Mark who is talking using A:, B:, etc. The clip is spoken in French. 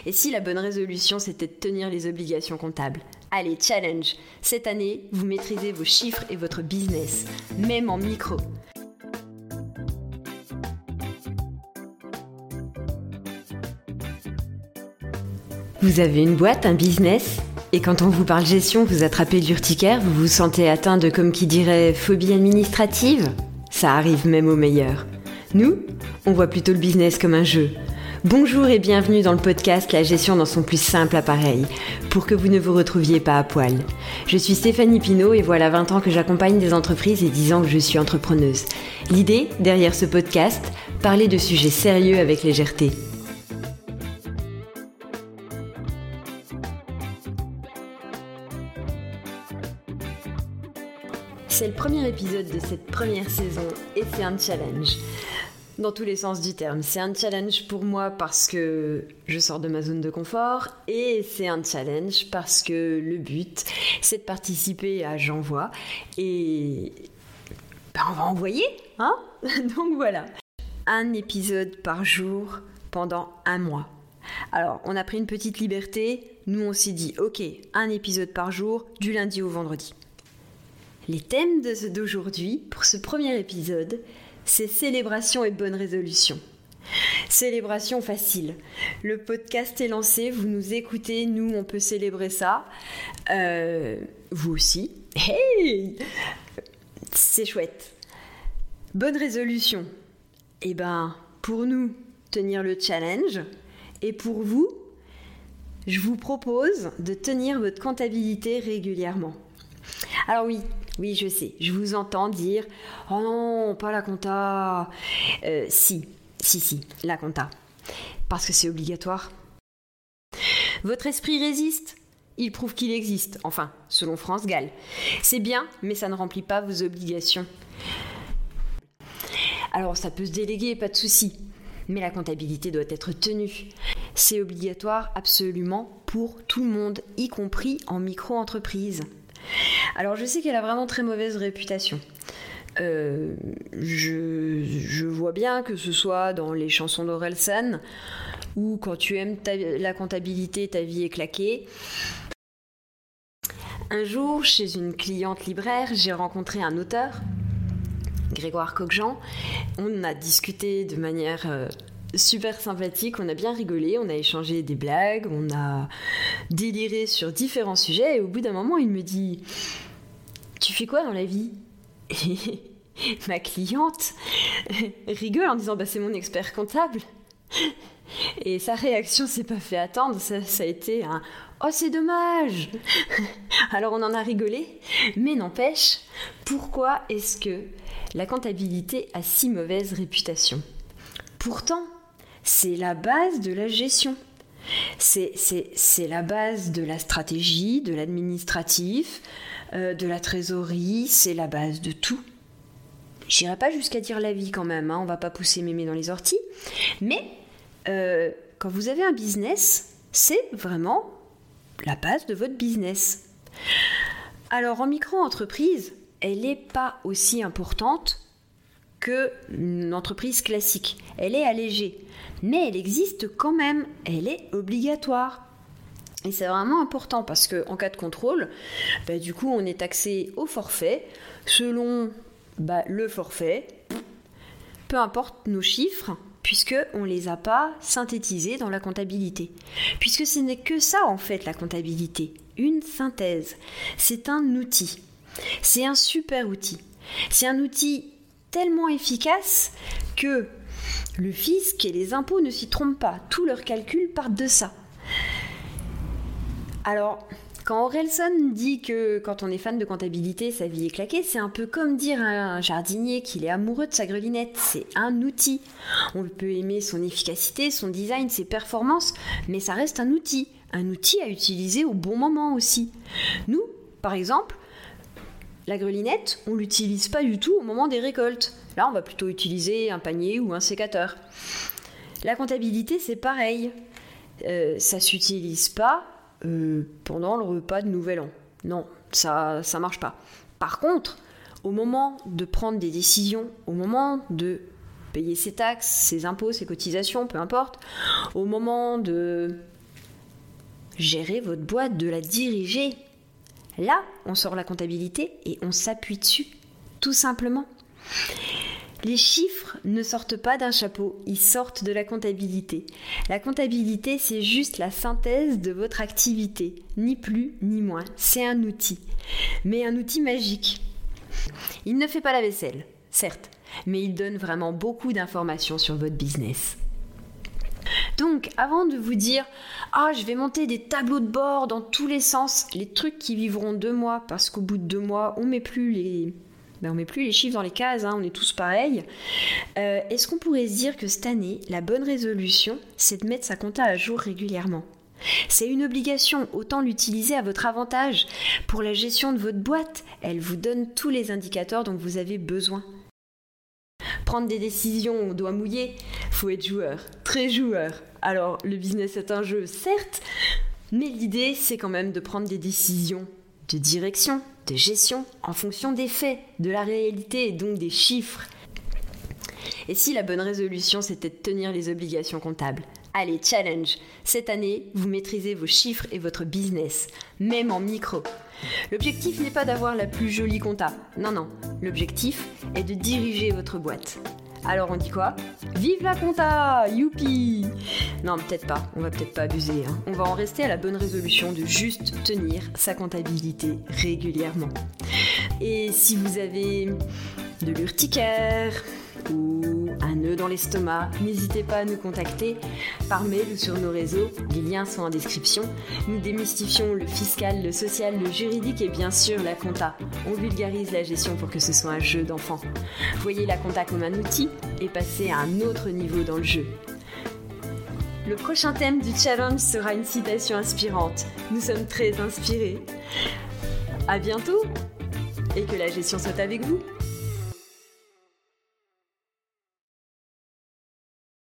A: Et si la bonne résolution, c'était de tenir les obligations comptables? Allez, challenge! Cette année, vous maîtrisez vos chiffres et votre business, même en micro. Vous avez une boîte, un business? Et quand on vous parle gestion, vous attrapez l'urticaire, vous vous sentez atteint de, comme qui dirait, phobie administrative? Ça arrive même aux meilleurs. Nous, on voit plutôt le business comme un jeu. Bonjour et bienvenue dans le podcast La gestion dans son plus simple appareil, pour que vous ne vous retrouviez pas à poil. Je suis Stéphanie Pinault et voilà 20 ans que j'accompagne des entreprises et 10 ans que je suis entrepreneuse. L'idée, derrière ce podcast, parler de sujets sérieux avec légèreté. C'est le premier épisode de cette première saison et c'est un challenge. Dans tous les sens du terme. C'est un challenge pour moi parce que je sors de ma zone de confort et c'est un challenge parce que le but, c'est de participer à J'envoie et on va envoyer, hein? Donc voilà. Un épisode par jour pendant un mois. Alors, on a pris une petite liberté. Nous, on s'est dit, ok, un épisode par jour, du lundi au vendredi. Les thèmes d'aujourd'hui, pour ce premier épisode, c'est célébration et bonne résolution. Célébration facile. Le podcast est lancé, vous nous écoutez, nous on peut célébrer ça. Vous aussi. Hey! C'est chouette. Bonne résolution. Eh ben, pour nous, tenir le challenge. Et pour vous, je vous propose de tenir votre comptabilité régulièrement. Alors oui, je sais, je vous entends dire « Oh non, pas la compta !» Si, la compta. Parce que c'est obligatoire. Votre esprit résiste, il prouve qu'il existe. Enfin, selon France Gall. C'est bien, mais ça ne remplit pas vos obligations. Alors, ça peut se déléguer, pas de souci. Mais la comptabilité doit être tenue. C'est obligatoire absolument pour tout le monde, y compris en micro-entreprise. Alors je sais qu'elle a vraiment très mauvaise réputation. Je vois bien que ce soit dans les chansons d'Orelsan ou quand tu aimes la comptabilité, ta vie est claquée. Un jour, chez une cliente libraire, j'ai rencontré un auteur, Grégoire Coquejean. On a discuté de manière super sympathique, on a bien rigolé, on a échangé des blagues, on a déliré sur différents sujets et au bout d'un moment il me dit « Tu fais quoi dans la vie ?» Et ma cliente rigole en disant « C'est mon expert comptable ». Et sa réaction s'est pas fait attendre, ça a été un « Oh c'est dommage !» Alors on en a rigolé, mais n'empêche, pourquoi est-ce que la comptabilité a si mauvaise réputation ? Pourtant, c'est la base de la gestion. C'est la base de la stratégie, de l'administratif, de la trésorerie, c'est la base de tout. J'irai pas jusqu'à dire la vie quand même, hein, on va pas pousser mémé dans les orties. Mais quand vous avez un business, c'est vraiment la base de votre business. Alors en micro-entreprise, elle n'est pas aussi importante qu'une entreprise classique. Elle est allégée, mais elle existe quand même, elle est obligatoire. Et c'est vraiment important parce qu'en cas de contrôle, du coup on est taxé au forfait, selon le forfait, peu importe nos chiffres, puisqu'on ne les a pas synthétisés dans la comptabilité. Puisque ce n'est que ça en fait la comptabilité, une synthèse. C'est un outil, c'est un super outil. C'est un outil tellement efficace que le fisc et les impôts ne s'y trompent pas. Tous leurs calculs partent de ça. Alors, quand Orelsan dit que quand on est fan de comptabilité, sa vie est claquée, c'est un peu comme dire à un jardinier qu'il est amoureux de sa grelinette. C'est un outil. On peut aimer son efficacité, son design, ses performances, mais ça reste un outil. Un outil à utiliser au bon moment aussi. Nous, par exemple, la grelinette, on ne l'utilise pas du tout au moment des récoltes. Là, on va plutôt utiliser un panier ou un sécateur. La comptabilité, c'est pareil. Ça ne s'utilise pas pendant le repas de Nouvel An. Non, ça ne marche pas. Par contre, au moment de prendre des décisions, au moment de payer ses taxes, ses impôts, ses cotisations, peu importe, au moment de gérer votre boîte, de la diriger. Là, on sort la comptabilité et on s'appuie dessus, tout simplement. Les chiffres ne sortent pas d'un chapeau, ils sortent de la comptabilité. La comptabilité, c'est juste la synthèse de votre activité, ni plus ni moins. C'est un outil, mais un outil magique. Il ne fait pas la vaisselle, certes, mais il donne vraiment beaucoup d'informations sur votre business. Donc, avant de vous dire « Ah, je vais monter des tableaux de bord dans tous les sens », les trucs qui vivront 2 mois, parce qu'au bout de 2 mois, on met plus les chiffres dans les cases, on est tous pareils. Est-ce qu'on pourrait se dire que cette année, la bonne résolution, c'est de mettre sa compta à jour régulièrement ? C'est une obligation, autant l'utiliser à votre avantage. Pour la gestion de votre boîte, elle vous donne tous les indicateurs dont vous avez besoin. Prendre des décisions au doigt mouillé, faut être joueur, très joueur. Alors, le business est un jeu, certes, mais l'idée, c'est quand même de prendre des décisions de direction, de gestion, en fonction des faits, de la réalité et donc des chiffres. Et si la bonne résolution, c'était de tenir les obligations comptables ? Allez, challenge! Cette année, vous maîtrisez vos chiffres et votre business, même en micro. L'objectif n'est pas d'avoir la plus jolie compta. Non. L'objectif est de diriger votre boîte. Alors on dit quoi ? Vive la compta ! Youpi ! Non, peut-être pas. On va peut-être pas abuser. On va en rester à la bonne résolution de juste tenir sa comptabilité régulièrement. Et si vous avez de l'urticaire ou un nœud dans l'estomac, n'hésitez pas à nous contacter par mail ou sur nos réseaux. Les liens sont en description. Nous démystifions le fiscal, le social, le juridique et bien sûr la compta. On vulgarise la gestion pour que ce soit un jeu d'enfant. Voyez la compta comme un outil et passez à un autre niveau dans le jeu. Le prochain thème du challenge sera une citation inspirante. Nous sommes très inspirés. À bientôt et que la gestion soit avec vous.